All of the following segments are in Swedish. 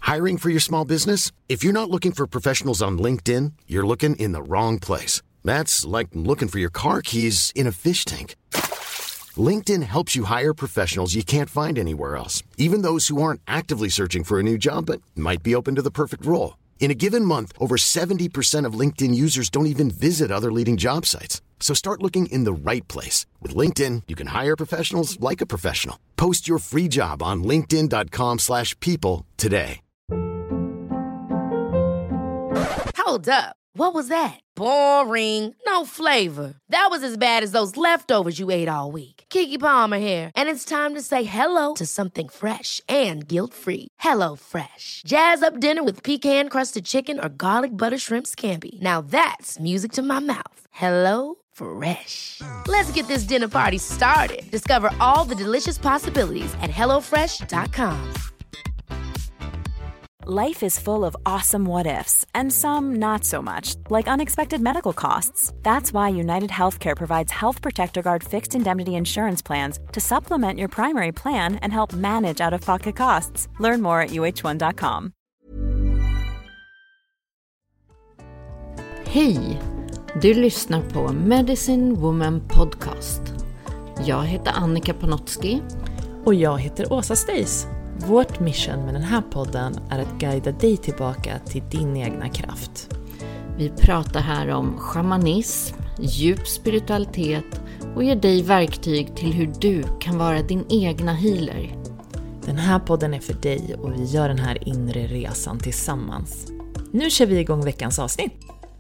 Hiring for your small business? If you're not looking for professionals on LinkedIn, you're looking in the wrong place. That's like looking for your car keys in a fish tank. LinkedIn helps you hire professionals you can't find anywhere else, even those who aren't actively searching for a new job but might be open to the perfect role. In a given month, over 70% of LinkedIn users don't even visit other leading job sites. So start looking in the right place. With LinkedIn, you can hire professionals like a professional. Post your free job on linkedin.com/people today. Hold up. What was that? Boring. No flavor. That was as bad as those leftovers you ate all week. Keke Palmer here, and it's time to say hello to something fresh and guilt-free. Hello Fresh. Jazz up dinner with pecan-crusted chicken or garlic butter shrimp scampi. Now that's music to my mouth. Hello Fresh. Let's get this dinner party started. Discover all the delicious possibilities at hellofresh.com. Life is full of awesome what-ifs, and some not so much, like unexpected medical costs. That's why United Healthcare provides Health Protector Guard fixed indemnity insurance plans to supplement your primary plan and help manage out-of-pocket costs. Learn more at uh1.com. Hej! Du lyssnar på Medicine Woman Podcast. Jag heter Annika Panotski. Och jag heter Åsa Steis. Vårt mission med den här podden är att guida dig tillbaka till din egna kraft. Vi pratar här om shamanism, djup spiritualitet och ger dig verktyg till hur du kan vara din egna healer. Den här podden är för dig och vi gör den här inre resan tillsammans. Nu kör vi igång veckans avsnitt.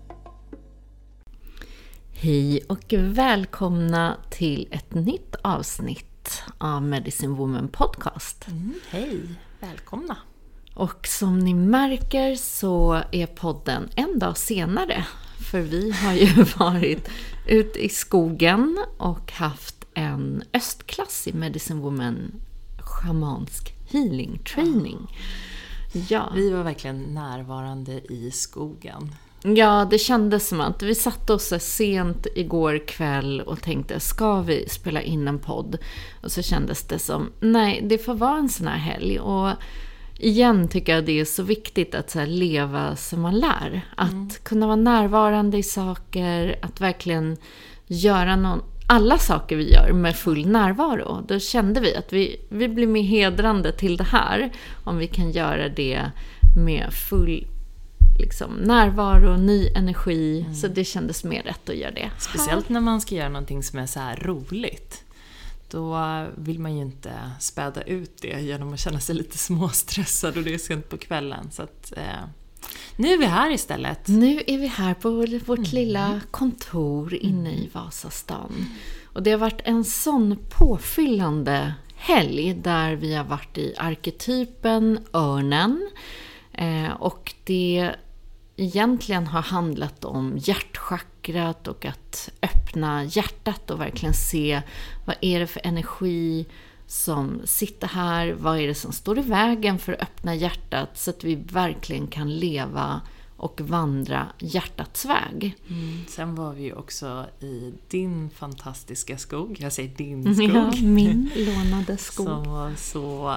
Hej och välkomna till ett nytt avsnitt av Medicine Woman Podcast. Hej, välkomna. Och som ni märker så är podden en dag senare. För vi har ju varit ute i skogen och haft en östklass i Medicine Woman shamansk healing training. Ja. Vi var verkligen närvarande i skogen. Ja, det kändes som att vi satt oss sent igår kväll och tänkte, ska vi spela in en podd? Och så kändes det som, nej, det får vara en sån här helg. Och igen tycker jag det är så viktigt att så här leva som man lär. Att kunna vara närvarande i saker, att verkligen göra alla saker vi gör med full närvaro. Då kände vi att vi blir mer hedrande till det här om vi kan göra det med full närvaro, ny energi. Så det kändes mer rätt att göra det. Speciellt när man ska göra någonting som är så här roligt. Då vill man ju inte späda ut det genom att känna sig lite småstressad och det är sent på kvällen. Så att, nu är vi här istället. Nu är vi här på vårt lilla kontor inne i Vasastan. Och det har varit en sån påfyllande helg där vi har varit i arketypen örnen. Och det egentligen har handlat om hjärtchakrat och att öppna hjärtat och verkligen se vad är det för energi som sitter här, vad är det som står i vägen för att öppna hjärtat så att vi verkligen kan leva och vandra hjärtats väg. Sen var vi ju också i din fantastiska skog. Jag säger din skog. Ja, min lånade skog. Som var så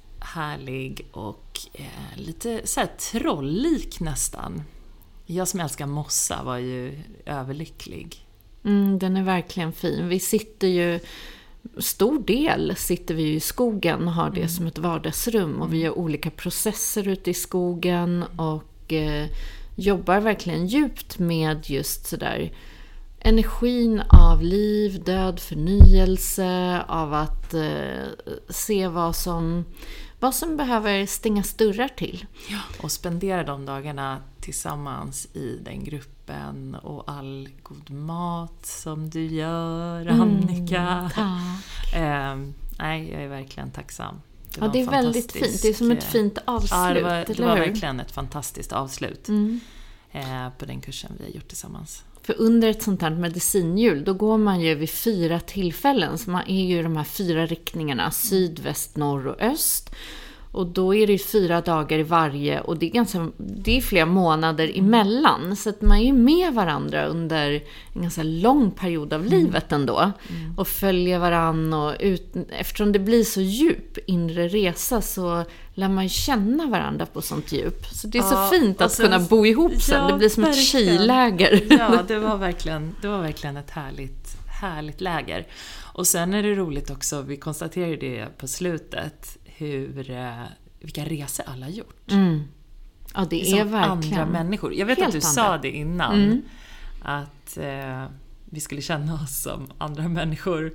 härlig och lite så här trolllik nästan. Jag som älskar mossa var ju överlycklig. Den är verkligen fin. Vi sitter ju, stor del sitter vi ju i skogen och har det som ett vardagsrum. Och vi gör olika processer ute i skogen och jobbar verkligen djupt med just sådär energin av liv, död, förnyelse, av att se vad som behöver stängas dörrar till. Ja, och spendera de dagarna tillsammans i den gruppen och all god mat som du gör, Annika. Tack. Nej, jag är verkligen tacksam. Det är väldigt fint. Det är som ett fint avslut. Ja, det var verkligen ett fantastiskt avslut på den kursen vi har gjort tillsammans. För under ett sånt här medicinhjul, då går man ju vid 4 tillfällen. Så man är ju i de här 4 riktningarna, syd, väst, norr och öst. Och då är det 4 dagar i varje och det är flera månader emellan. Så att man är med varandra under en ganska lång period av livet ändå. Och följer varann och eftersom det blir så djup inre resa så lär man känna varandra på sånt djup. Så det är så fint att kunna bo ihop sen. Det blir som ett skiläger. Ja, det var verkligen ett härligt läger. Och sen är det roligt också, vi konstaterar det på slutet, vilka resor alla har gjort. Ja, det är verkligen andra människor. Jag vet att du sa det innan, att vi skulle känna oss som andra människor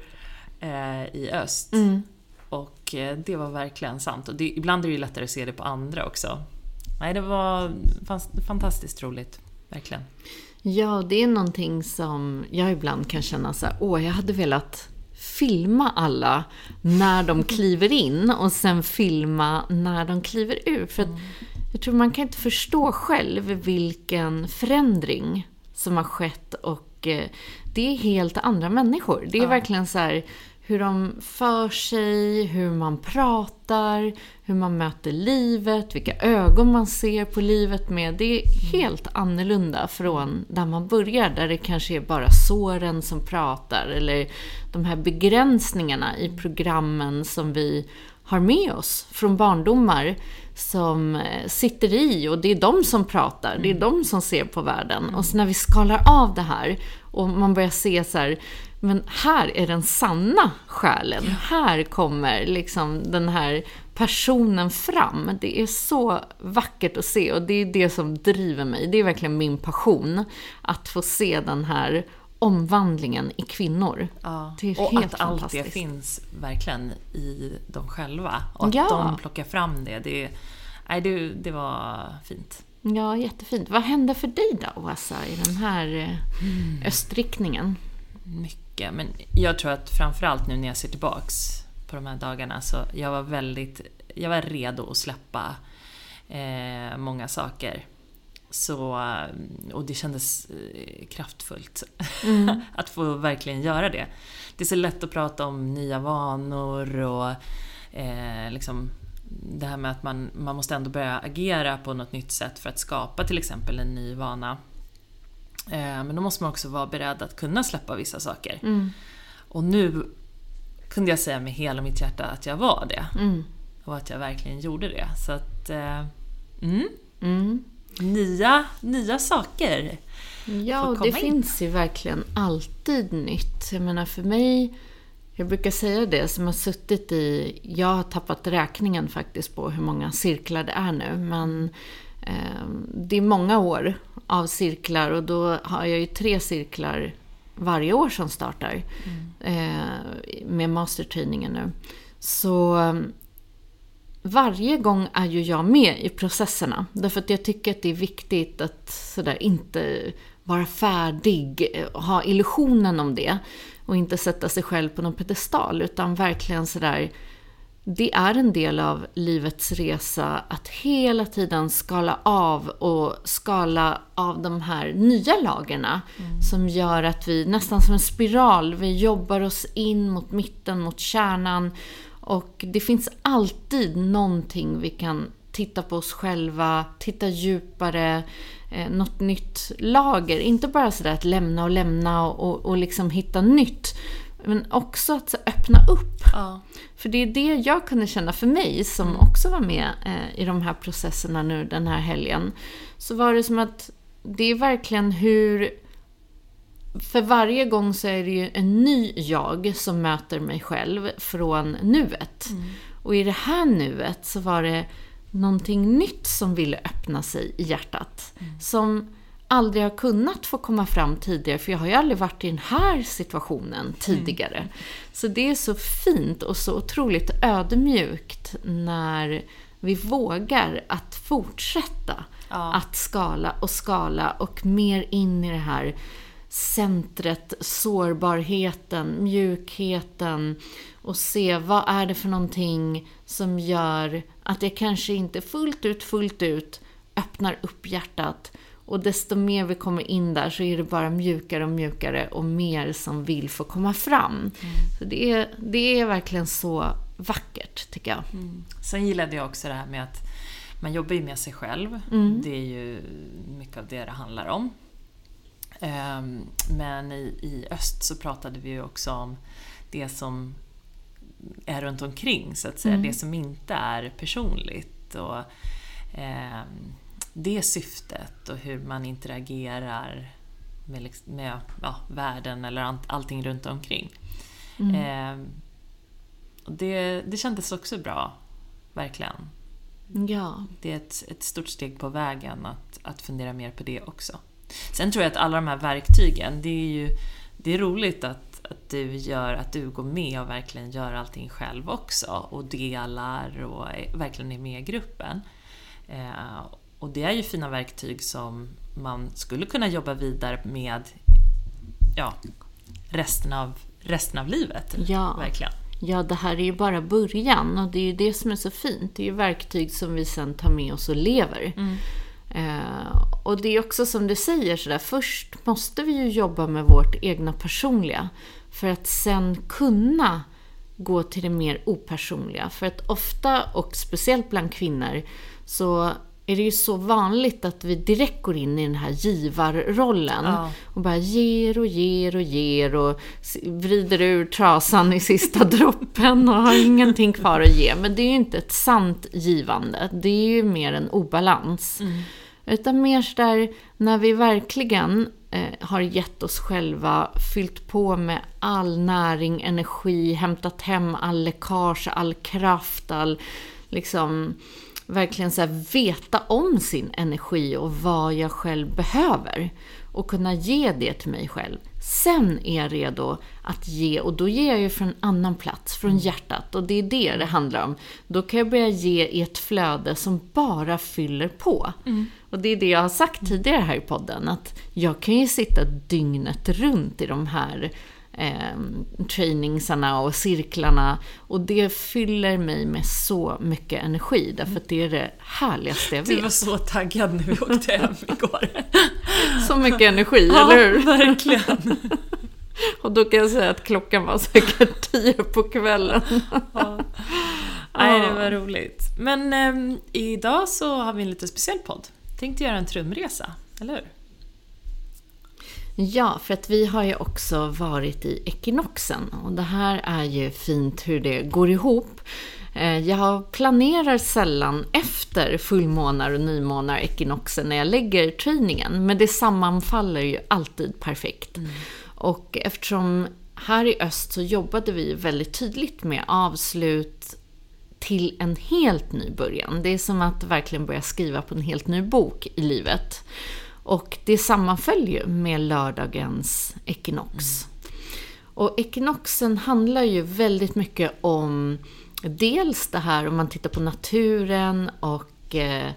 i öst. Och det var verkligen sant. Och ibland är det ju lättare att se det på andra också. Nej, det var fantastiskt roligt, verkligen. Ja, det är någonting som jag ibland kan känna så här, jag hade velat filma alla när de kliver in och sen filma när de kliver ut. För att jag tror man kan inte förstå själv vilken förändring som har skett och det är helt andra människor. Det är verkligen så här hur de för sig, hur man pratar, hur man möter livet, vilka ögon man ser på livet med. Det är helt annorlunda från där man börjar, där det kanske är bara såren som pratar eller de här begränsningarna i programmen som vi har med oss från barndomar som sitter i, och det är de som pratar, det är de som ser på världen. Och så när vi skalar av det här och man börjar se så här, men här är den sanna själen. Här kommer liksom den här personen fram. Det är så vackert att se och det är det som driver mig. Det är verkligen min passion att få se den här omvandlingen i kvinnor. Ja. Det är och helt att allt fantastiskt. det finns verkligen i dem själva. Och att de plockar fram det. Det var fint. Ja, jättefint. Vad hände för dig då, Åsa, i den här östriktningen? Mycket, men jag tror att framförallt nu när jag ser tillbaks på de här dagarna så jag var redo att släppa många saker. Så, och det kändes kraftfullt att få verkligen göra det. Det är så lätt att prata om nya vanor och liksom det här med att man måste ändå börja agera på något nytt sätt för att skapa till exempel en ny vana. Men då måste man också vara beredd att kunna släppa vissa saker. Och nu kunde jag säga med hela mitt hjärta att jag var det. Och att jag verkligen gjorde det. Så att nya saker. Ja, och det finns ju verkligen alltid nytt. Jag menar för mig, jag brukar säga det som har suttit i, jag har tappat räkningen faktiskt på hur många cirklar det är nu. Men det är många år av cirklar och då har jag ju 3 cirklar varje år som startar med masterträningen nu. Så varje gång är ju jag med i processerna. Därför att jag tycker att det är viktigt att sådär inte vara färdig, ha illusionen om det och inte sätta sig själv på någon pedestal, utan verkligen sådär, det är en del av livets resa att hela tiden skala av de här nya lagerna som gör att vi nästan som en spiral, vi jobbar oss in mot mitten, mot kärnan, och det finns alltid någonting vi kan titta på oss själva, titta djupare, något nytt lager, inte bara sådär att lämna och liksom hitta nytt, men också att öppna upp. Ja. För det är det jag kunde känna för mig som också var med i de här processerna nu den här helgen. Så var det som att det är verkligen hur, för varje gång så är det ju en ny jag som möter mig själv från nuet. Och i det här nuet så var det någonting nytt som ville öppna sig i hjärtat. Som aldrig har kunnat få komma fram tidigare, för jag har ju aldrig varit i den här situationen tidigare. Så det är så fint och så otroligt ödmjukt när vi vågar att fortsätta att skala och mer in i det här centret, sårbarheten, mjukheten, och se vad är det för någonting som gör att jag kanske inte fullt ut öppnar upp hjärtat. Och desto mer vi kommer in där så är det bara mjukare och mjukare och mer som vill få komma fram. Så det är verkligen så vackert, tycker jag. Sen gillade jag också det här med att man jobbar ju med sig själv. Det är ju mycket av det handlar om. Men i öst så pratade vi ju också om det som är runt omkring, så att säga. Det som inte är personligt. Och det syftet och hur man interagerar med världen eller allting runt omkring. Och det kändes också bra, verkligen. Ja. Det är ett stort steg på vägen att fundera mer på det också. Sen tror jag att alla de här verktygen, det är roligt att du går med och verkligen gör allting själv också och delar och verkligen är med i gruppen. Och det är ju fina verktyg som man skulle kunna jobba vidare med resten av livet. Ja. Verkligen. Ja, det här är ju bara början och det är ju det som är så fint. Det är ju verktyg som vi sen tar med oss och lever. Och det är också som du säger sådär, först måste vi ju jobba med vårt egna personliga för att sen kunna gå till det mer opersonliga. För att ofta, och speciellt bland kvinnor, så är det ju så vanligt att vi direkt går in i den här givarrollen och bara ger och ger och ger och vrider ur trasan i sista droppen och har ingenting kvar att ge. Men det är ju inte ett sant givande, det är ju mer en obalans. Utan mer så där när vi verkligen har gett oss själva, fyllt på med all näring, energi, hämtat hem all läckage, all kraft, all liksom verkligen så här veta om sin energi och vad jag själv behöver och kunna ge det till mig själv. Sen är jag redo att ge, och då ger jag ju från en annan plats, från hjärtat, och det är det handlar om. Då kan jag börja ge i ett flöde som bara fyller på. Och det är det jag har sagt tidigare här i podden, att jag kan ju sitta dygnet runt i de här trainingsarna och cirklarna, och det fyller mig med så mycket energi, därför att det är det härligaste jag vet. Du var så taggad när vi åkte hem igår. Så mycket energi, eller hur? Verkligen. Och då kan jag säga att klockan var säkert 10 på kvällen. Nej, det var roligt. Men idag så har vi en lite speciell podd. Tänkte göra en trumresa, eller hur? Ja, för att vi har ju också varit i ekinoxen, och det här är ju fint hur det går ihop. Jag planerar sällan efter fullmånar och nymånar ekinoxen när jag lägger träningen, men det sammanfaller ju alltid perfekt. Och eftersom här i öst så jobbade vi väldigt tydligt med avslut till en helt ny början. Det är som att verkligen börja skriva på en helt ny bok i livet. Och det sammanföljer med lördagens ekinox. Och ekinoxen handlar ju väldigt mycket om dels det här, om man tittar på naturen och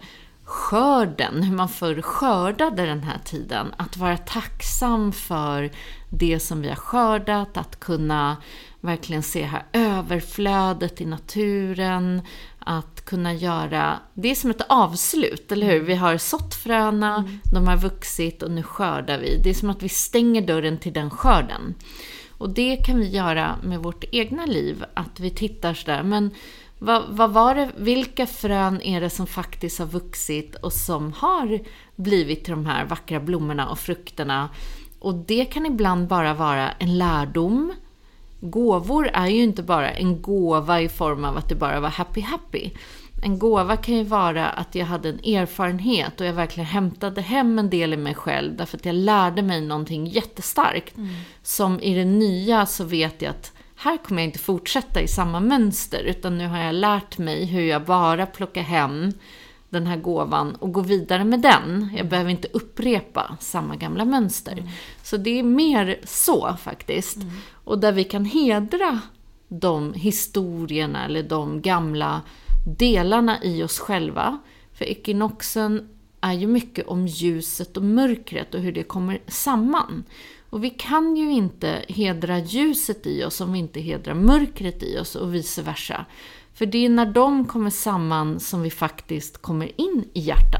skörden, hur man förr skördade den här tiden. Att vara tacksam för det som vi har skördat, att kunna verkligen se här överflödet i naturen, att kunna göra det som ett avslut, eller hur? Vi har sått fröna, de har vuxit och nu skördar vi. Det är som att vi stänger dörren till den skörden. Och det kan vi göra med vårt egna liv, att vi tittar så där, men vad var det, vilka frön är det som faktiskt har vuxit och som har blivit till de här vackra blommorna och frukterna? Och det kan ibland bara vara en lärdom. Gåvor är ju inte bara en gåva i form av att det bara var happy. En gåva kan ju vara att jag hade en erfarenhet och jag verkligen hämtade hem en del i mig själv, därför att jag lärde mig någonting jättestarkt. Som i det nya så vet jag att här kommer jag inte fortsätta i samma mönster, utan nu har jag lärt mig hur jag bara plockar hem den här gåvan och går vidare med den. Jag behöver inte upprepa samma gamla mönster. Så det är mer så faktiskt. Och där vi kan hedra de historierna eller de gamla delarna i oss själva. För ekinoxen är ju mycket om ljuset och mörkret och hur det kommer samman. Och vi kan ju inte hedra ljuset i oss om vi inte hedrar mörkret i oss och vice versa. För det är när de kommer samman som vi faktiskt kommer in i hjärtat.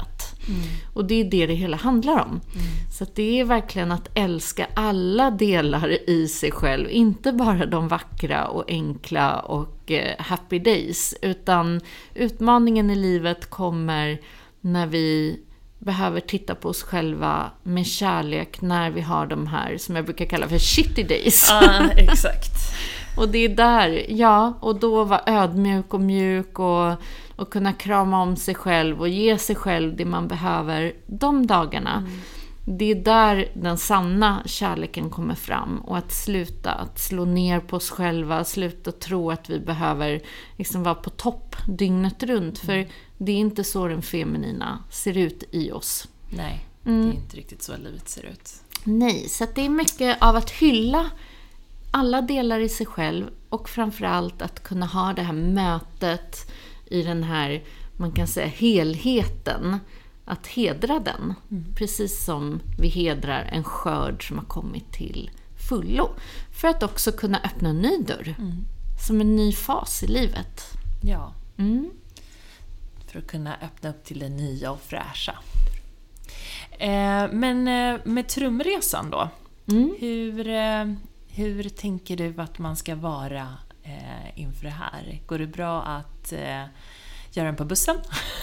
Och det är det hela handlar om. Så att det är verkligen att älska alla delar i sig själv. Inte bara de vackra och enkla och happy days. Utan utmaningen i livet kommer när vi behöver titta på oss själva med kärlek. När vi har de här som jag brukar kalla för shitty days. Ja, exakt. Och det är där, och då vara ödmjuk och mjuk och kunna krama om sig själv och ge sig själv det man behöver de dagarna. Det är där den sanna kärleken kommer fram. Och att sluta att slå ner på oss själva, sluta tro att vi behöver liksom vara på topp dygnet runt. För det är inte så den feminina ser ut i oss. Nej, det är inte riktigt så livet ser ut. Nej, så att det är mycket av att hylla alla delar i sig själv och framförallt att kunna ha det här mötet i den här, man kan säga, helheten, att hedra den. Precis som vi hedrar en skörd som har kommit till fullo. För att också kunna öppna en ny dörr. Som en ny fas i livet. Ja. För att kunna öppna upp till det nya och fräscha. Men med trumresan då. Hur tänker du att man ska vara inför det här? Går det bra att göra den på bussen?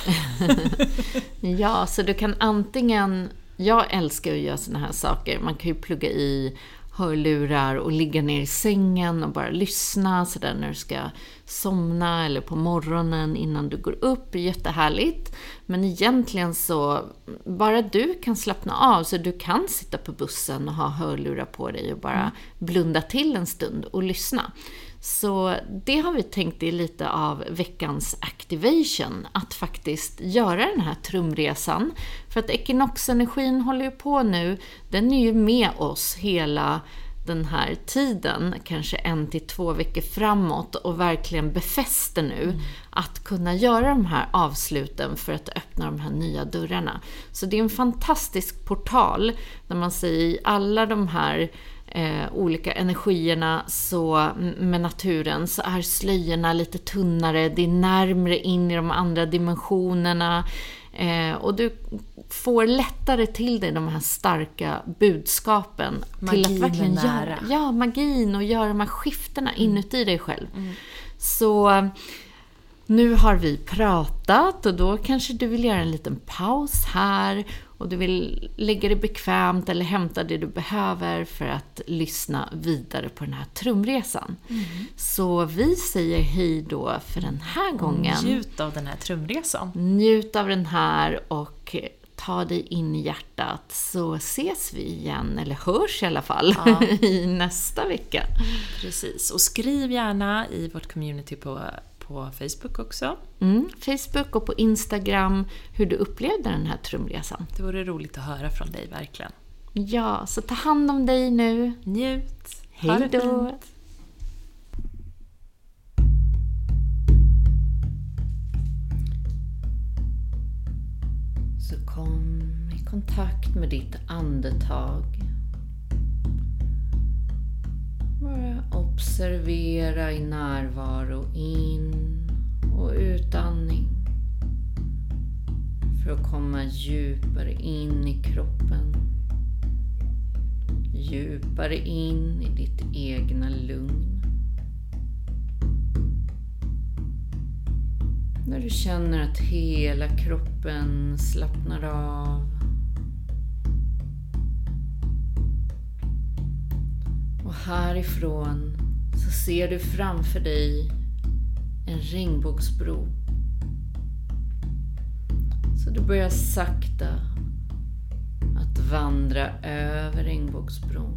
Ja, så du kan antingen... Jag älskar att göra såna här saker. Man kan ju plugga i hörlurar och ligga ner i sängen och bara lyssna så där när du ska somna eller på morgonen innan du går upp. Det är jättehärligt. Men egentligen så bara du kan slappna av, så du kan sitta på bussen och ha hörlurar på dig och bara blunda till en stund och lyssna. Så det har vi tänkt är lite av veckans activation, att faktiskt göra den här trumresan. För att ekinoxenergin håller ju på nu, den är ju med oss hela den här tiden, kanske 1 till 2 veckor framåt, och verkligen befäster nu att kunna göra de här avsluten för att öppna de här nya dörrarna. Så det är en fantastisk portal när man säger alla de här olika energierna så med naturen, så är slöjorna lite tunnare, det är närmare in i de andra dimensionerna och du får lättare till dig de här starka budskapen. Magin till att verkligen nära. Magin och göra de här skiftena inuti dig själv. Så nu har vi pratat och då kanske du vill göra en liten paus här och du vill lägga det bekvämt eller hämta det du behöver för att lyssna vidare på den här trumresan. Så vi säger hej då för den här gången. Njut av den här trumresan. Njut av den här och ta dig in i hjärtat, så ses vi igen, eller hörs i alla fall, i nästa vecka. Precis, och skriv gärna i vårt community på Facebook också. Facebook och på Instagram hur du upplevde den här trumresan. Det vore roligt att höra från dig, verkligen. Ja, så ta hand om dig nu. Njut. Hej då. Så kom i kontakt med ditt andetag. Bara observera i närvaro in- och utandning. För att komma djupare in i kroppen. Djupare in i ditt egna lugn. När du känner att hela kroppen slappnar av. Och härifrån så ser du framför dig en regnbågsbro. Så du börjar sakta att vandra över regnbågsbron.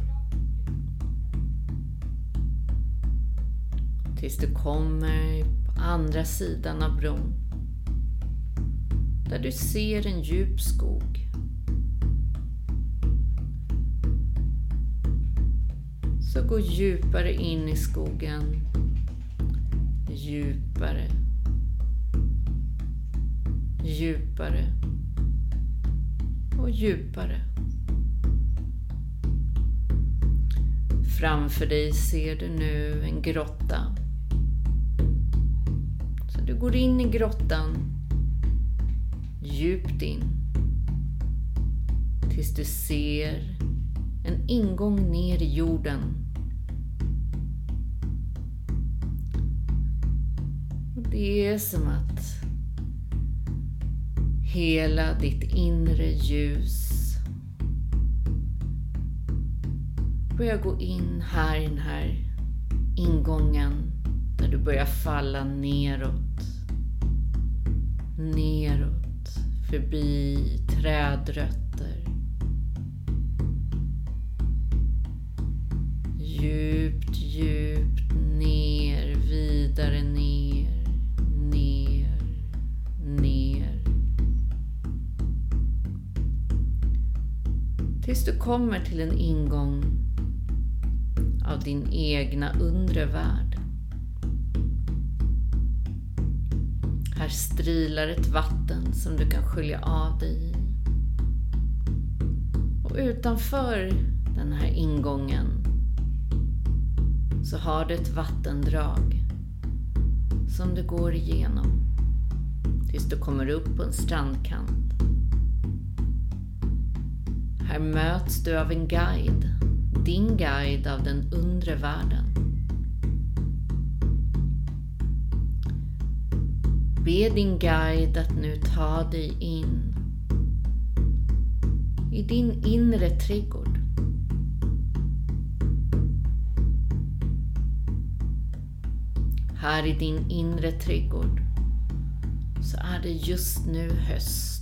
Tills du kommer på andra sidan av bron. Där du ser en djup skog. Så gå djupare in i skogen. Djupare. Djupare. Och djupare. Framför dig ser du nu en grotta. Så du går in i grottan. djupt in tills du ser en ingång ner i jorden. Och det är som att hela ditt inre ljus börjar gå in här i den här ingången där du börjar falla neråt, förbi trädrötter, djupt ner, vidare ner, tills du kommer till en ingång av din egna undre värld. Här strilar ett vatten som du kan skölja av dig i. Och utanför den här ingången så har du ett vattendrag som du går igenom tills du kommer upp på en strandkant. Här möts du av en guide, din guide av den undre världen. Be din guide att nu ta dig in i din inre trädgård. Här i din inre trädgård så är det just nu höst.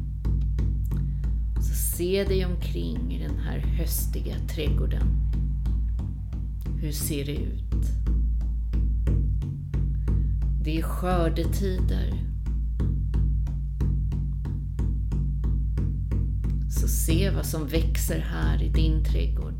Så se dig omkring i den här höstiga trädgården. Hur ser det ut? Det är skördetider. Så se vad som växer här i din trädgård.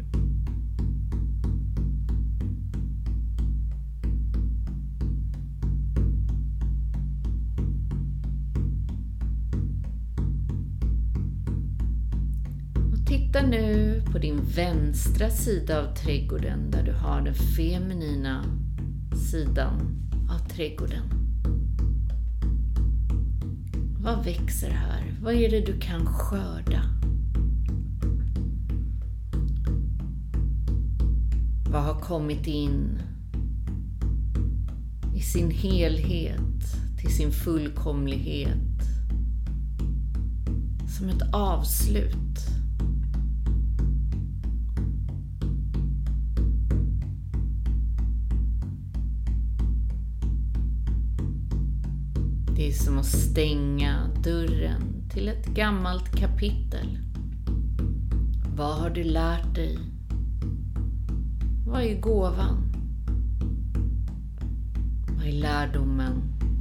Titta nu på din vänstra sida av trädgården där du har den feminina sidan av trädgården. Vad växer här? Vad är det du kan skörda? Vad har kommit in i sin helhet, till sin fullkomlighet, som ett avslut? Det är som att stänga dörren till ett gammalt kapitel. Vad har du lärt dig? Vad är gåvan? Vad är lärdomen?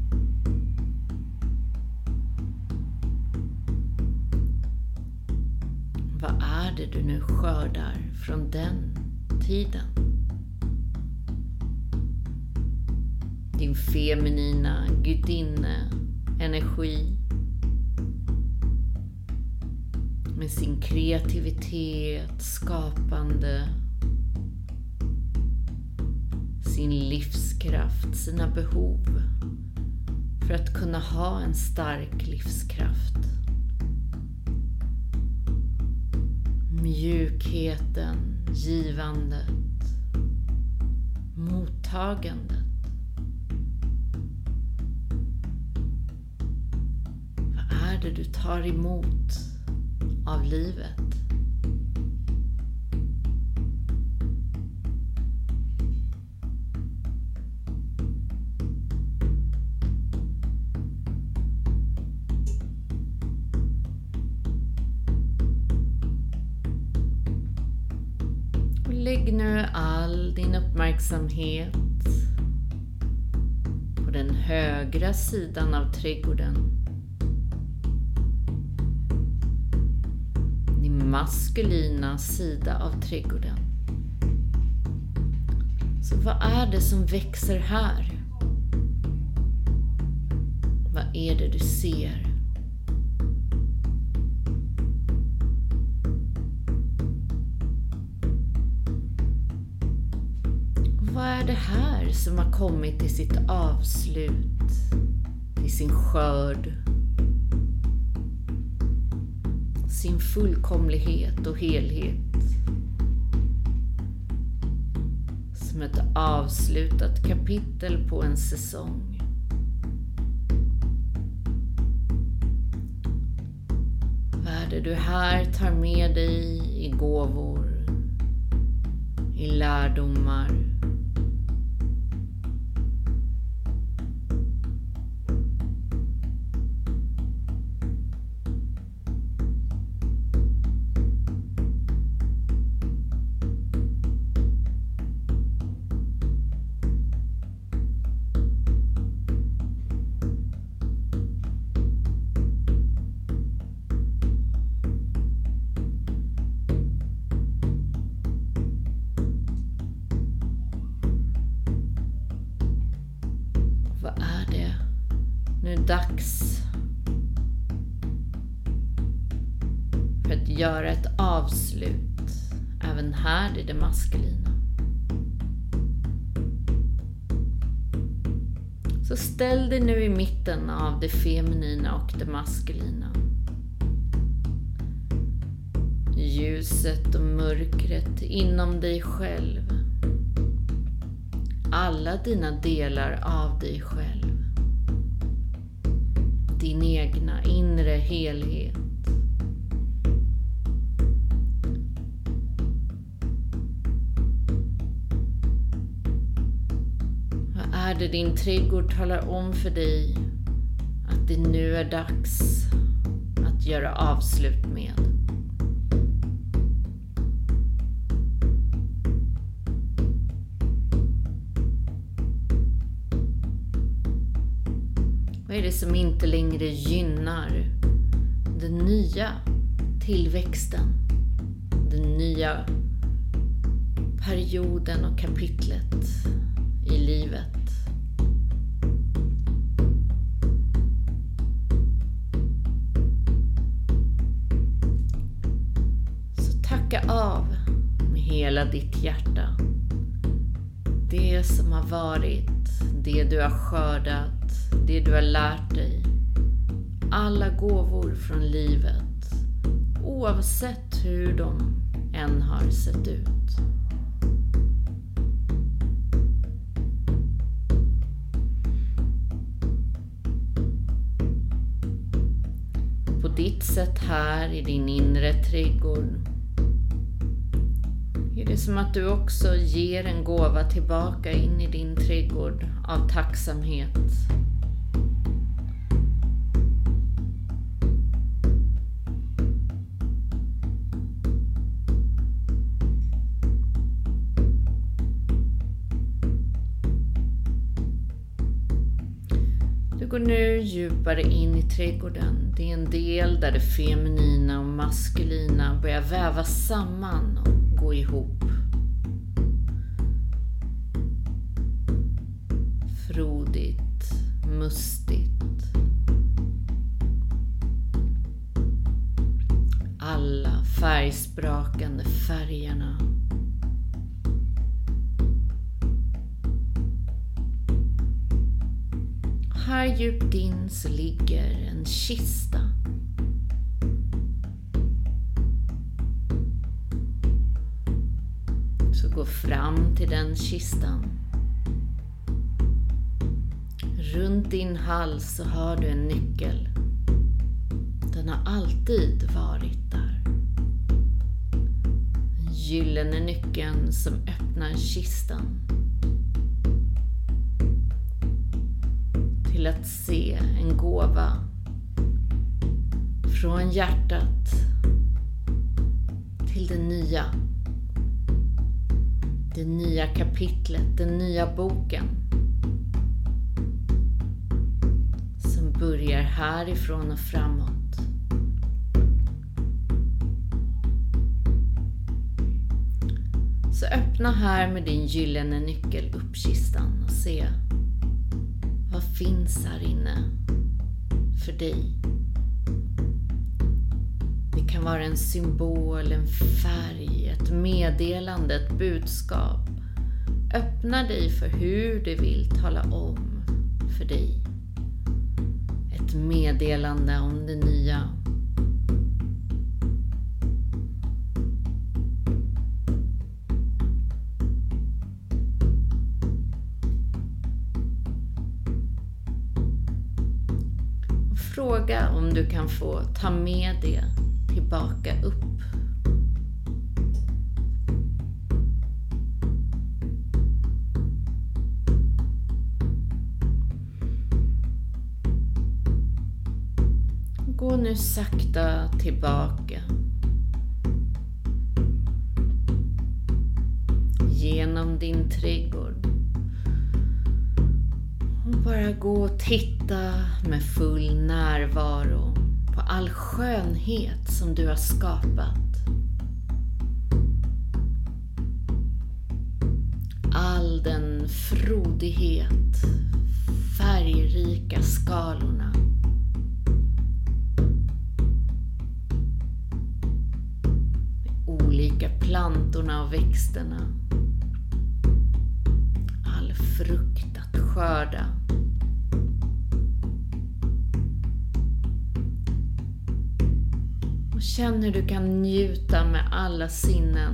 Vad är det du nu skördar från den tiden? Din feminina gudinne energi med sin kreativitet, skapande, sin livskraft, sina behov för att kunna ha en stark livskraft. Mjukheten, givandet, mottagandet. Vad är det du tar emot av livet? Och lägg nu all din uppmärksamhet på den högra sidan av trädgården. Maskulina sida av trädgården. Så vad är det som växer här? Vad är det du ser? Vad är det här som har kommit till sitt avslut, till sin skörd, sin fullkomlighet och helhet. Som ett avslutat kapitel på en säsong. Vad är det du här tar med dig i gåvor, i lärdomar? Nu är det dags för att göra ett avslut även här i det maskulina. Så ställ dig nu i mitten av det feminina och det maskulina. Ljuset och mörkret inom dig själv. Alla dina delar av dig själv. Din egna inre helhet. Vad är det din trädgård talar om för dig att det nu är dags att göra avslut med? Vad är det som inte längre gynnar den nya tillväxten, den nya perioden och kapitlet i livet? Så tacka av med hela ditt hjärta. Det som har varit, det du har skördat, det du har lärt dig, alla gåvor från livet, oavsett hur de än har sett ut. På ditt sätt här i din inre trädgård är det som att du också ger en gåva tillbaka in i din trädgård av tacksamhet. Du går nu djupare in i trädgården. Det är en del där det feminina och maskulina börjar vävas samman och gå ihop. Frodigt, mustigt. Alla färgsprakande färgerna. Här djupt in så ligger en kista. Så gå fram till den kistan. Runt din hals så har du en nyckel. Den har alltid varit där. Den gyllene nyckeln som öppnar kistan. Till att se en gåva från hjärtat till det nya kapitlet, den nya boken som börjar härifrån och framåt. Så öppna här med din gyllene nyckel upp kistan och se vad finns här inne för dig. Det kan vara en symbol, en färg, ett meddelande, ett budskap. Öppna dig för hur det vill tala om för dig. Ett meddelande om det nya. fråga om du kan få ta med det tillbaka upp. Gå nu sakta tillbaka. Genom din trädgård. Och bara gå och titta med full närvaro på all skönhet som du har skapat. All den frodighet, färgrika skalorna. Olika plantorna och växterna. All frukt att skörda. Och känn hur du kan njuta med alla sinnen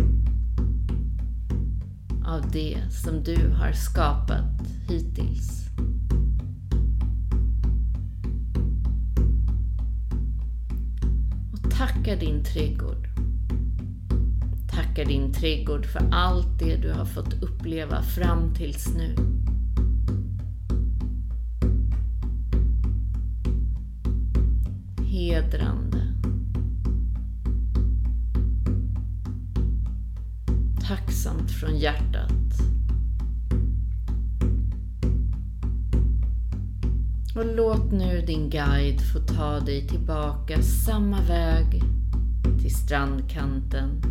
av det som du har skapat hittills. Och tacka din trädgård. Tacka din trädgård för allt det du har fått uppleva fram tills nu. Hedrande. Tacksamt från hjärtat. Och låt nu din guide få ta dig tillbaka samma väg till strandkanten.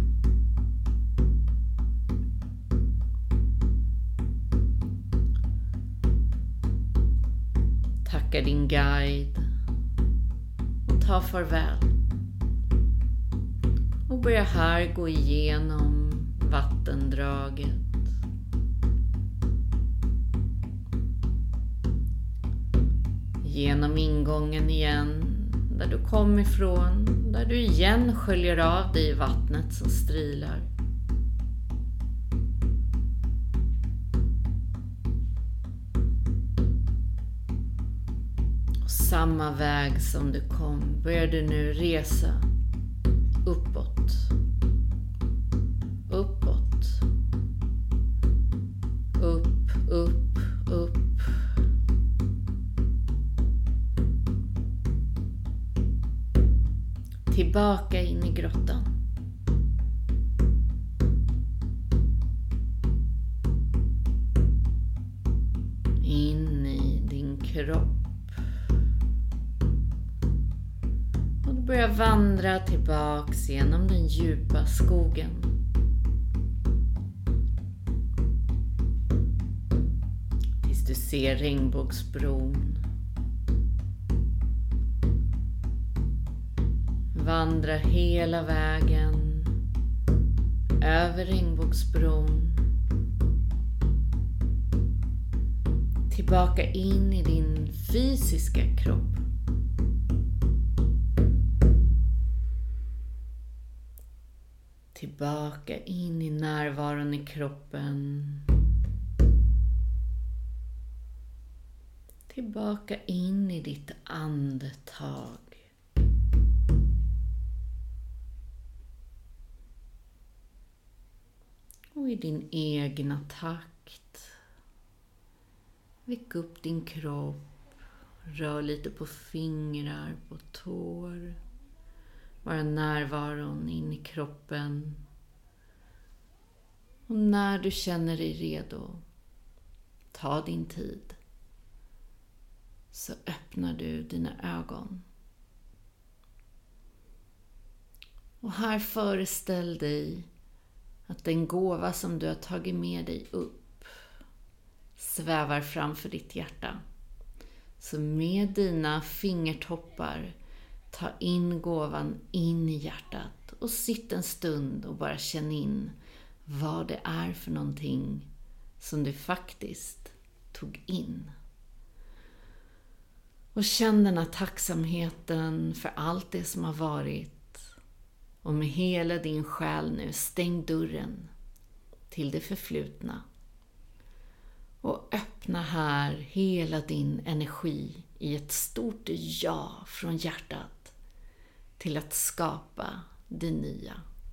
Tacka din guide och ta farväl. Och börja här gå igenom vattendraget. Genom ingången igen, där du kom ifrån, där du igen sköljer av dig vattnet som strilar. Och samma väg som du kom börjar du nu resa uppåt. Uppåt. Upp, upp, upp. Tillbaka in i grottan. In i din kropp. Och du börjar vandra tillbaks genom den djupa skogen. Tills du ser regnbågsbron. Vandra hela vägen över regnbågsbron. Tillbaka in i din fysiska kropp. Tillbaka in i närvaron i kroppen. Tillbaka in i ditt andetag. Och i din egna takt. Väck upp din kropp. Rör lite på fingrar, på tår. Vara närvaron in i kroppen. Och när du känner dig redo, ta din tid. Så öppnar du dina ögon. Och här föreställ dig att den gåva som du har tagit med dig upp svävar framför ditt hjärta. Så med dina fingertoppar ta in gåvan in i hjärtat och sitt en stund och bara känn in vad det är för någonting som du faktiskt tog in. Och känn den här tacksamheten för allt det som har varit. Och med hela din själ nu stäng dörren till det förflutna. Och öppna här hela din energi i ett stort ja från hjärtat till att skapa det nya.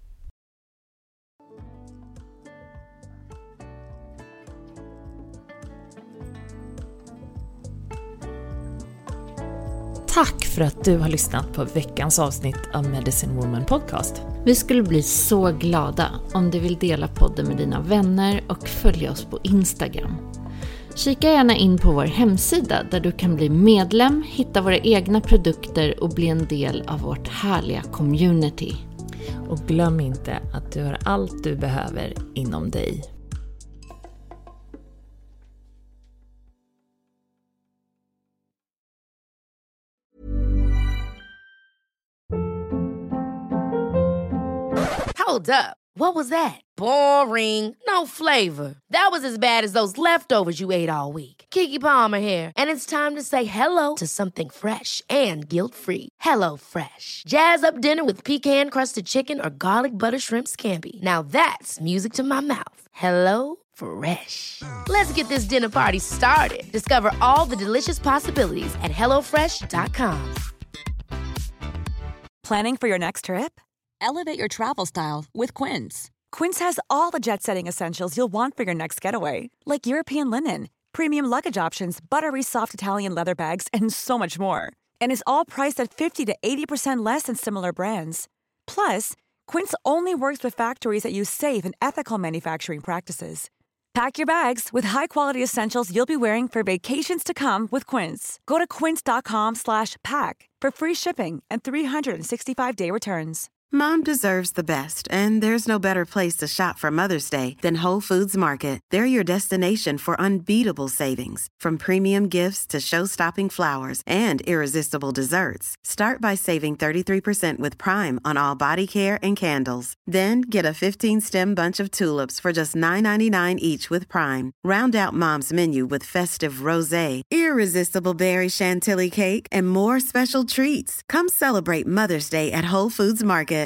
Tack för att du har lyssnat på veckans avsnitt av Medicine Woman Podcast. Vi skulle bli så glada om du vill dela podden med dina vänner och följa oss på Instagram. Kika gärna in på vår hemsida där du kan bli medlem, hitta våra egna produkter och bli en del av vårt härliga community. Och glöm inte att du har allt du behöver inom dig. Hold up. What was that? Boring. No flavor. That was as bad as those leftovers you ate all week. Keke Palmer here, and it's time to say hello to something fresh and guilt-free. Hello Fresh. Jazz up dinner with pecan-crusted chicken or garlic butter shrimp scampi. Now that's music to my mouth. Hello Fresh. Let's get this dinner party started. Discover all the delicious possibilities at hellofresh.com. Planning for your next trip? Elevate your travel style with Quince. Quince has all the jet-setting essentials you'll want for your next getaway, like European linen, premium luggage options, buttery soft Italian leather bags, and so much more. And is all priced at 50 to 80% less than similar brands. Plus, Quince only works with factories that use safe and ethical manufacturing practices. Pack your bags with high-quality essentials you'll be wearing for vacations to come with Quince. Go to quince.com/pack for free shipping and 365-day returns. Mom deserves the best, and there's no better place to shop for Mother's Day than Whole Foods Market. They're your destination for unbeatable savings, from premium gifts to show-stopping flowers and irresistible desserts. Start by saving 33% with Prime on all body care and candles. Then get a 15-stem bunch of tulips for just $9.99 each with Prime. Round out Mom's menu with festive rosé, irresistible berry chantilly cake, and more special treats. Come celebrate Mother's Day at Whole Foods Market.